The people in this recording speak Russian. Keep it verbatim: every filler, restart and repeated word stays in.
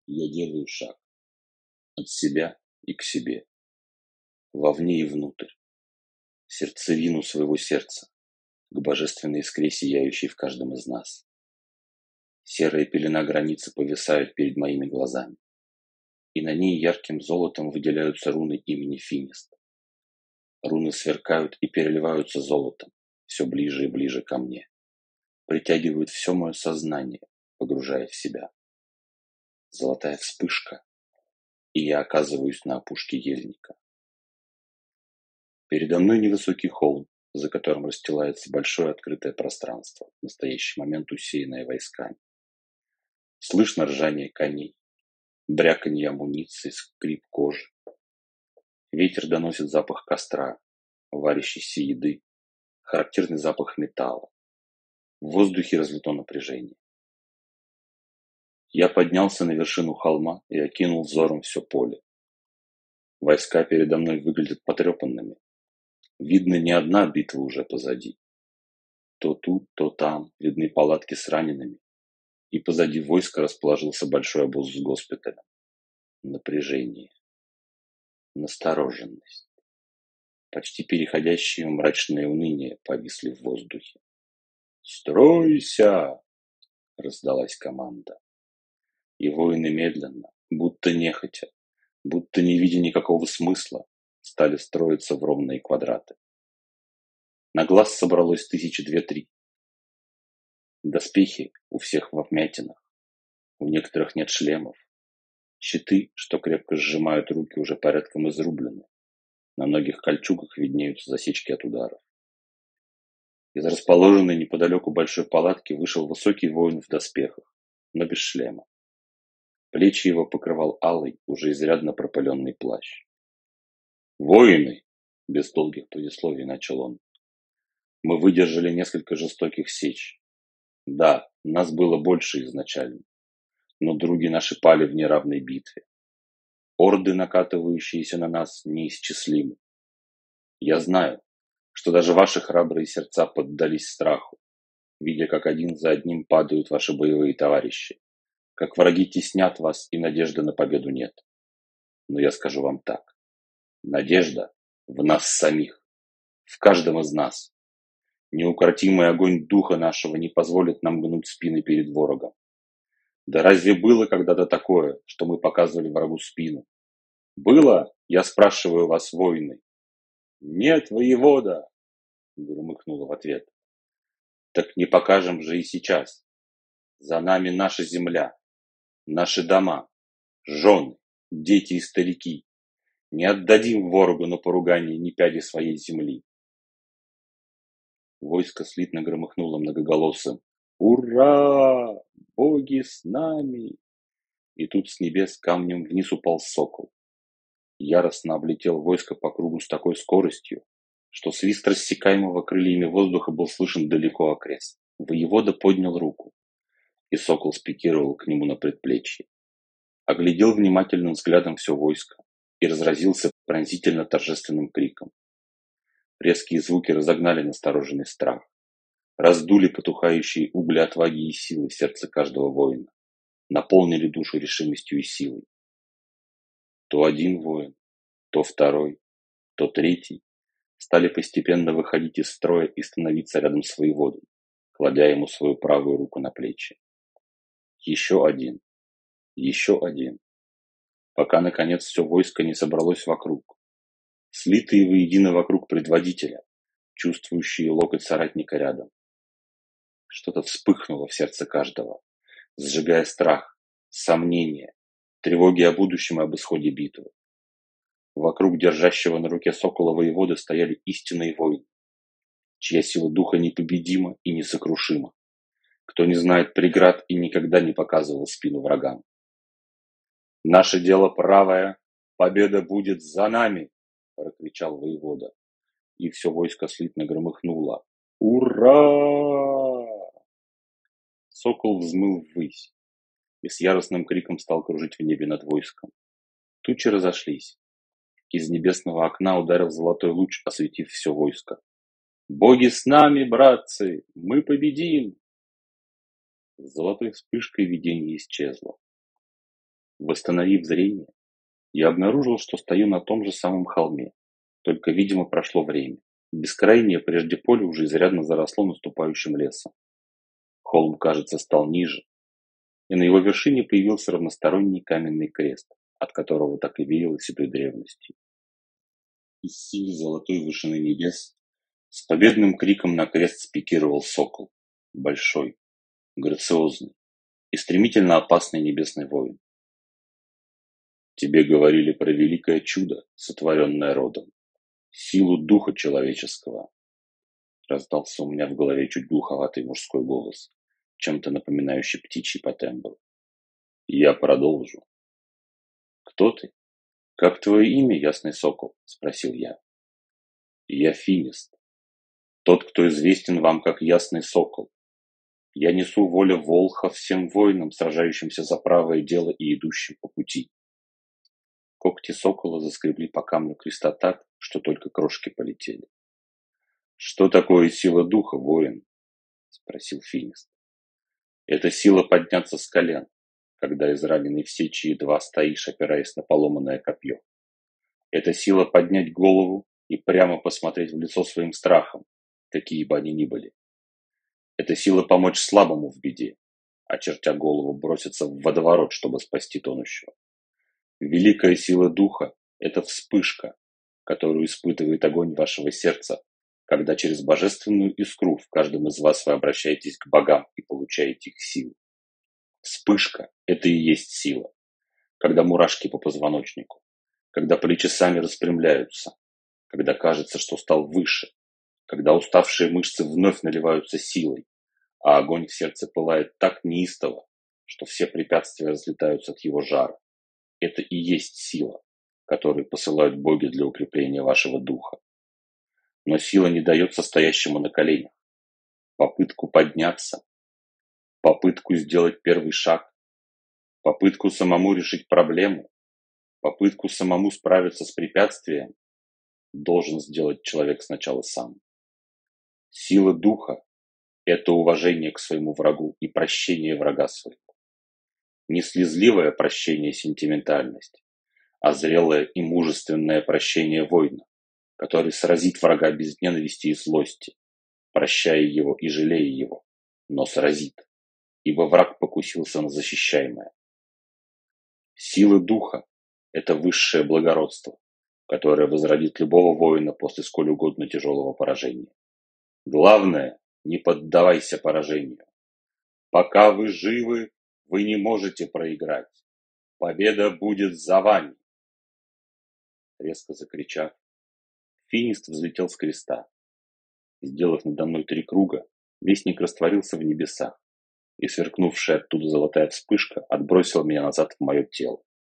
Я делаю шаг от себя и к себе, вовне и внутрь, в сердцевину своего сердца, к божественной искре, сияющей в каждом из нас. Серая пелена границы повисает перед моими глазами, и на ней ярким золотом выделяются руны имени Финист. Руны сверкают и переливаются золотом, все ближе и ближе ко мне, притягивают все мое сознание, погружая в себя. Золотая вспышка, и я оказываюсь на опушке ельника. Передо мной невысокий холм, за которым расстилается большое открытое пространство, в настоящий момент усеянное войсками. Слышно ржание коней, бряканье амуниции, скрип кожи. Ветер доносит запах костра, варящейся еды, характерный запах металла. В воздухе разлито напряжение. Я поднялся на вершину холма и окинул взором все поле. Войска передо мной выглядят потрепанными. Видно, не одна битва уже позади. То тут, то там видны палатки с ранеными, и позади войска расположился большой обоз с госпиталем. Напряжение, настороженность, почти переходящие в мрачное уныние повисли в воздухе. «Стройся!» — раздалась команда. И воины медленно, будто нехотя, будто не видя никакого смысла, стали строиться в ровные квадраты. На глаз собралось тысячи две-три. Доспехи у всех во вмятинах, у некоторых нет шлемов. Щиты, что крепко сжимают руки, уже порядком изрублены. На многих кольчугах виднеются засечки от ударов. Из расположенной неподалеку большой палатки вышел высокий воин в доспехах, но без шлема. Плечи его покрывал алый, уже изрядно пропыленный плащ. «Воины!» — без долгих предисловий начал он. «Мы выдержали несколько жестоких сеч. Да, нас было больше изначально, но други наши пали в неравной битве. Орды, накатывающиеся на нас, неисчислимы. Я знаю, что даже ваши храбрые сердца поддались страху, видя, как один за одним падают ваши боевые товарищи, как враги теснят вас, и надежды на победу нет. Но я скажу вам так. Надежда в нас самих, в каждом из нас. Неукротимый огонь духа нашего не позволит нам гнуть спины перед ворогом. Да разве было когда-то такое, что мы показывали врагу спину? Было, я спрашиваю вас, воины? Нет, воевода, громыхнуло в ответ. Так не покажем же и сейчас. За нами наша земля, наши дома, жены, дети и старики. Не отдадим ворогу на поругание ни пяди своей земли. Войско слитно громыхнуло многоголосым: «Ура! Боги с нами!» И тут с небес камнем вниз упал сокол. Яростно облетел войско по кругу с такой скоростью, что свист рассекаемого крыльями воздуха был слышен далеко окрест. Воевода поднял руку, и сокол спикировал к нему на предплечье. Оглядел внимательным взглядом все войско и разразился пронзительно торжественным криком. Резкие звуки разогнали настороженный страх, раздули потухающие угли отваги и силы в сердце каждого воина, наполнили душу решимостью и силой. То один воин, то второй, то третий стали постепенно выходить из строя и становиться рядом с воеводой, кладя ему свою правую руку на плечи. Еще один, еще один, пока, наконец, все войско не собралось вокруг, слитые воедино вокруг предводителя, чувствующие локоть соратника рядом. Что-то вспыхнуло в сердце каждого, сжигая страх, сомнения, тревоги о будущем и об исходе битвы. Вокруг держащего на руке сокола воеводы стояли истинные воины, чья сила духа непобедима и несокрушима, кто не знает преград и никогда не показывал спину врагам. «Наше дело правое, победа будет за нами!» — прокричал воевода, и все войско слитно громыхнуло. «Ура!» Сокол взмыл ввысь и с яростным криком стал кружить в небе над войском. Тучи разошлись. Из небесного окна ударил золотой луч, осветив все войско. «Боги с нами, братцы! Мы победим!» С золотой вспышкой видение исчезло. Восстановив зрение, я обнаружил, что стою на том же самом холме, только, видимо, прошло время. Бескрайнее прежде поле уже изрядно заросло наступающим лесом. Холм, кажется, стал ниже, и на его вершине появился равносторонний каменный крест, от которого так и веяло седой древностью. Из синей золотой вышины небес с победным криком на крест спикировал сокол, большой, грациозный и стремительно опасный небесный воин. Тебе говорили про великое чудо, сотворенное родом, силу духа человеческого. Раздался у меня в голове чуть глуховатый мужской голос, чем-то напоминающий птичий по тембру. Я продолжу. Кто ты? Как твое имя, ясный сокол? Спросил я. Я Финист, тот, кто известен вам как ясный сокол. Я несу волю Волха всем воинам, сражающимся за правое дело и идущим по пути. Когти сокола заскребли по камню креста так, что только крошки полетели. Что такое сила духа, воин? Спросил Финист. Это сила подняться с колен, когда израненный в сечи едва стоишь, опираясь на поломанное копье. Это сила поднять голову и прямо посмотреть в лицо своим страхам, какие бы они ни были. Это сила помочь слабому в беде, очертя голову, броситься в водоворот, чтобы спасти тонущего. Великая сила духа – это вспышка, которую испытывает огонь вашего сердца, когда через божественную искру в каждом из вас вы обращаетесь к богам и получаете их силу. Вспышка – это и есть сила, когда мурашки по позвоночнику, когда плечи сами распрямляются, когда кажется, что стал выше, когда уставшие мышцы вновь наливаются силой, а огонь в сердце пылает так неистово, что все препятствия разлетаются от его жара. Это и есть сила, которую посылают боги для укрепления вашего духа. Но сила не дает стоящему на коленях. Попытку подняться, попытку сделать первый шаг, попытку самому решить проблему, попытку самому справиться с препятствием должен сделать человек сначала сам. Сила духа – это уважение к своему врагу и прощение врага своего. Не слезливое прощение сентиментальность, а зрелое и мужественное прощение воина, который сразит врага без ненависти и злости, прощая его и жалея его, но сразит, ибо враг покусился на защищаемое. Сила духа – это высшее благородство, которое возродит любого воина после сколь угодно тяжелого поражения. Главное – не поддавайся поражению. Пока вы живы, вы не можете проиграть. Победа будет за вами. Резко закричав, Финист взлетел с креста. Сделав надо мной три круга, вестник растворился в небесах, и сверкнувшая оттуда золотая вспышка отбросила меня назад в мое тело.